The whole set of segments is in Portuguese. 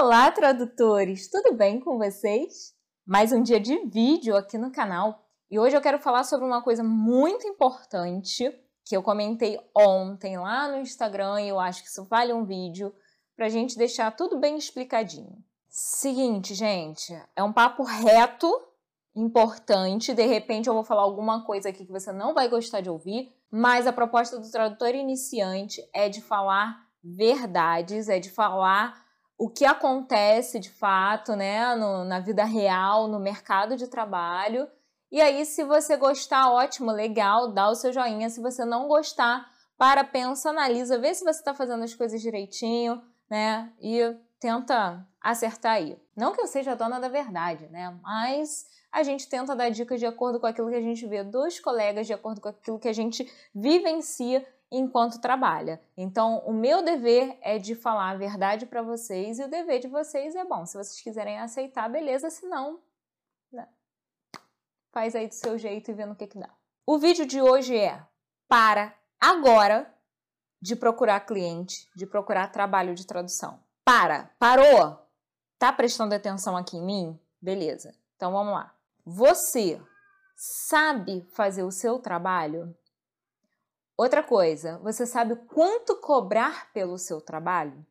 Olá, tradutores! Tudo bem com vocês? Mais um dia de vídeo aqui no canal e hoje eu quero falar sobre uma coisa muito importante que eu comentei ontem lá no Instagram e eu acho que isso vale um vídeo pra gente deixar tudo bem explicadinho. Seguinte, gente, é um papo reto, importante, de repente eu vou falar alguma coisa aqui que você não vai gostar de ouvir, mas a proposta do tradutor iniciante é de falar verdades, é de falar o que acontece de fato, né, na vida real, no mercado de trabalho. E aí, se você gostar, ótimo, legal, dá o seu joinha. Se você não gostar, pensa, analisa, vê se você está fazendo as coisas direitinho, né, e tenta acertar aí. Não que eu seja a dona da verdade, né, mas a gente tenta dar dicas de acordo com aquilo que a gente vê dos colegas, de acordo com aquilo que a gente vivencia enquanto trabalha. Então, o meu dever é de falar a verdade para vocês e o dever de vocês é, bom, se vocês quiserem aceitar, beleza, se não, né, faz aí do seu jeito e vê no que dá. O vídeo de hoje é para agora de procurar cliente, de procurar trabalho de tradução. Parou? Tá prestando atenção aqui em mim? Beleza, então vamos lá. Você sabe fazer o seu trabalho? Outra coisa, você sabe quanto cobrar pelo seu trabalho?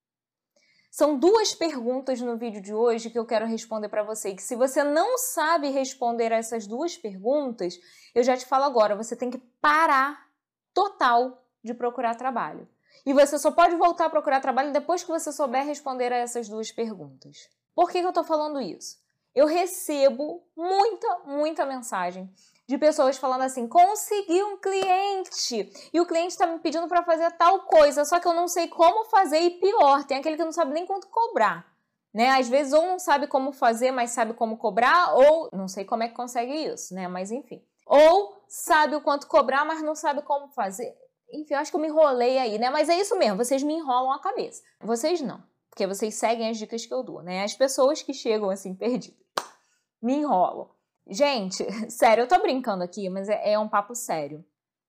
São duas perguntas no vídeo de hoje que eu quero responder para você. E que se você não sabe responder a essas duas perguntas, eu já te falo agora, você tem que parar total de procurar trabalho. E você só pode voltar a procurar trabalho depois que você souber responder a essas duas perguntas. Por que eu estou falando isso? Eu recebo muita mensagem de pessoas falando assim, consegui um cliente e o cliente está me pedindo para fazer tal coisa, só que eu não sei como fazer e pior, tem aquele que não sabe nem quanto cobrar, né? Às vezes ou não sabe como fazer, mas sabe como cobrar, ou não sei como é que consegue isso, né? Mas enfim. Ou sabe o quanto cobrar, mas não sabe como fazer. Enfim, eu acho que eu me enrolei aí, né? Mas é isso mesmo, vocês me enrolam a cabeça. Vocês não, porque vocês seguem as dicas que eu dou, né? As pessoas que chegam assim perdidas me enrolam. Gente, sério, eu tô brincando aqui, mas é um papo sério.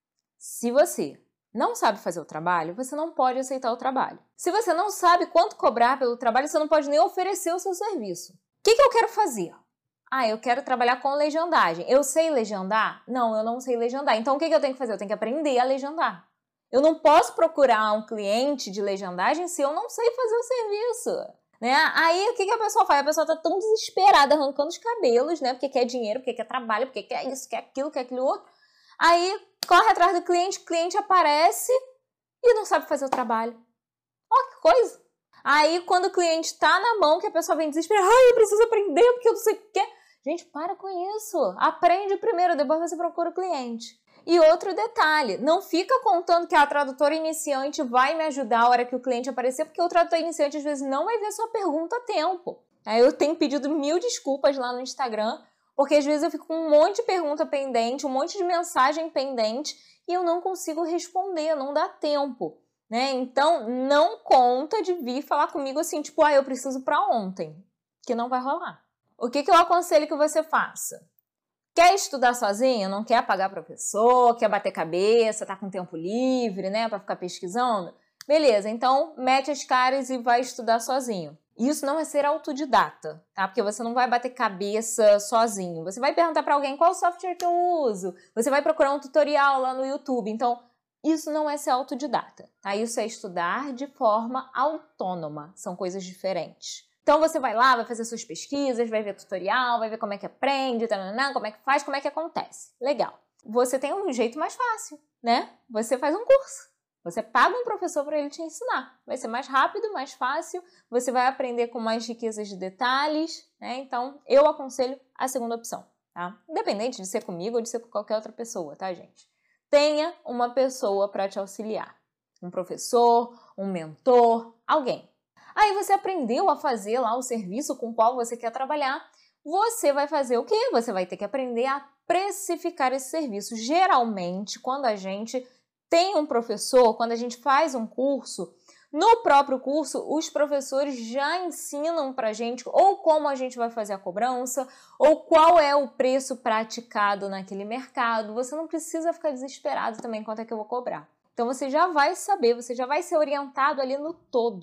Se você não sabe fazer o trabalho, você não pode aceitar o trabalho. Se você não sabe quanto cobrar pelo trabalho, você não pode nem oferecer o seu serviço. O que eu quero fazer? Eu quero trabalhar com legendagem. Eu sei legendar? Não, eu não sei legendar. Então, o que eu tenho que fazer? Eu tenho que aprender a legendar. Eu não posso procurar um cliente de legendagem se eu não sei fazer o serviço. Né? Aí, o que a pessoa faz? A pessoa tá tão desesperada, arrancando os cabelos, né? Porque quer dinheiro, porque quer trabalho, porque quer isso, quer aquilo outro. Aí, corre atrás do cliente, o cliente aparece e não sabe fazer o trabalho. Ó, que coisa! Aí, quando o cliente tá na mão, que a pessoa vem desesperada, eu preciso aprender, porque eu não sei o que. Gente, para com isso. Aprende primeiro, depois você procura o cliente. E outro detalhe, não fica contando que a tradutora iniciante vai me ajudar a hora que o cliente aparecer, porque o tradutor iniciante às vezes não vai ver sua pergunta a tempo. Aí eu tenho pedido 1000 desculpas lá no Instagram, porque às vezes eu fico com um monte de pergunta pendente, um monte de mensagem pendente, e eu não consigo responder, não dá tempo, né? Então, não conta de vir falar comigo assim, tipo, eu preciso para ontem, que não vai rolar. O que eu aconselho que você faça? Quer estudar sozinho? Não quer pagar professor? Quer bater cabeça? Tá com tempo livre, né? Pra ficar pesquisando? Beleza, então mete as caras e vai estudar sozinho. Isso não é ser autodidata, tá? Porque você não vai bater cabeça sozinho. Você vai perguntar pra alguém qual software que eu uso. Você vai procurar um tutorial lá no YouTube. Então, isso não é ser autodidata, tá? Isso é estudar de forma autônoma. São coisas diferentes. Então, você vai lá, vai fazer suas pesquisas, vai ver tutorial, vai ver como é que aprende, como é que faz, como é que acontece. Legal. Você tem um jeito mais fácil, né? Você faz um curso. Você paga um professor para ele te ensinar. Vai ser mais rápido, mais fácil, você vai aprender com mais riquezas de detalhes, né? Então, eu aconselho a segunda opção, tá? Independente de ser comigo ou de ser com qualquer outra pessoa, tá, gente? Tenha uma pessoa para te auxiliar. Um professor, um mentor, alguém. Aí você aprendeu a fazer lá o serviço com o qual você quer trabalhar, você vai fazer o quê? Você vai ter que aprender a precificar esse serviço. Geralmente, quando a gente tem um professor, quando a gente faz um curso, no próprio curso, os professores já ensinam pra gente ou como a gente vai fazer a cobrança, ou qual é o preço praticado naquele mercado. Você não precisa ficar desesperado também quanto é que eu vou cobrar. Então, você já vai saber, você já vai ser orientado ali no todo.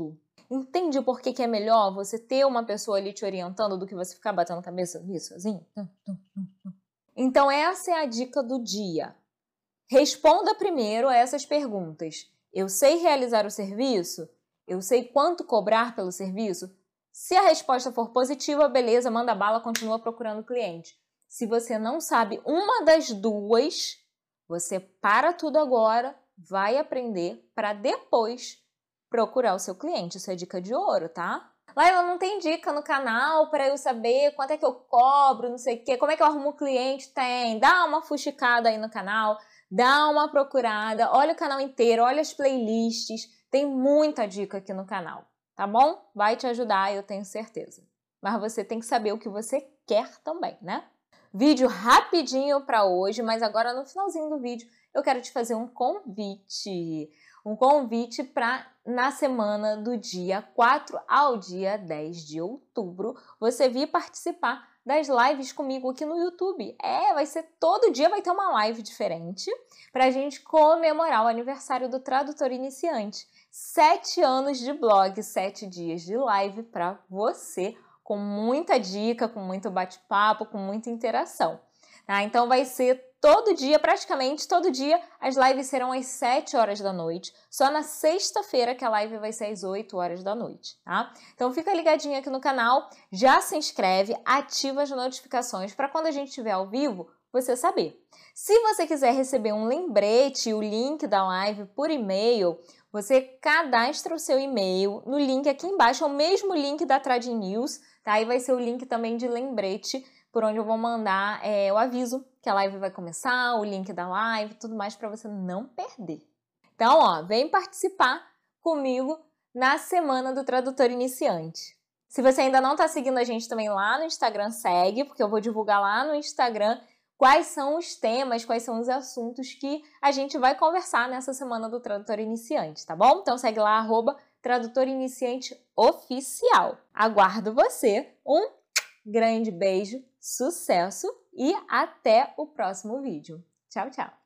Entende por que é melhor você ter uma pessoa ali te orientando do que você ficar batendo cabeça ali sozinho? Então essa é a dica do dia. Responda primeiro a essas perguntas. Eu sei realizar o serviço? Eu sei quanto cobrar pelo serviço? Se a resposta for positiva, beleza, manda bala, continua procurando cliente. Se você não sabe uma das duas, você para tudo agora, vai aprender para depois procurar o seu cliente. Isso é dica de ouro, tá? Laila, não tem dica no canal para eu saber quanto é que eu cobro, não sei o quê, como é que eu arrumo cliente? Tem, dá uma fuxicada aí no canal, dá uma procurada, olha o canal inteiro, olha as playlists, tem muita dica aqui no canal, tá bom? Vai te ajudar, eu tenho certeza. Mas você tem que saber o que você quer também, né? Vídeo rapidinho para hoje, mas agora no finalzinho do vídeo eu quero te fazer um convite. Um convite para, na semana do dia 4 ao dia 10 de outubro, você vir participar das lives comigo aqui no YouTube. Vai ser todo dia, vai ter uma live diferente para a gente comemorar o aniversário do Tradutor Iniciante. 7 anos de blog, 7 dias de live para você, com muita dica, com muito bate-papo, com muita interação. Tá? Então vai ser todo dia, praticamente todo dia, as lives serão às 7 horas da noite. Só na sexta-feira que a live vai ser às 8 horas da noite, tá? Então fica ligadinho aqui no canal, já se inscreve, ativa as notificações para quando a gente estiver ao vivo, você saber. Se você quiser receber um lembrete, o link da live por e-mail, você cadastra o seu e-mail no link aqui embaixo, é o mesmo link da Trad News, tá? Aí vai ser o link também de lembrete, por onde eu vou mandar o aviso que a live vai começar, o link da live, tudo mais para você não perder. Então, ó, vem participar comigo na Semana do Tradutor Iniciante. Se você ainda não está seguindo a gente também lá no Instagram, segue, porque eu vou divulgar lá no Instagram quais são os temas, quais são os assuntos que a gente vai conversar nessa Semana do Tradutor Iniciante, tá bom? Então segue lá, @Tradutor Iniciante Oficial. Aguardo você, um grande beijo, sucesso e até o próximo vídeo. Tchau, tchau!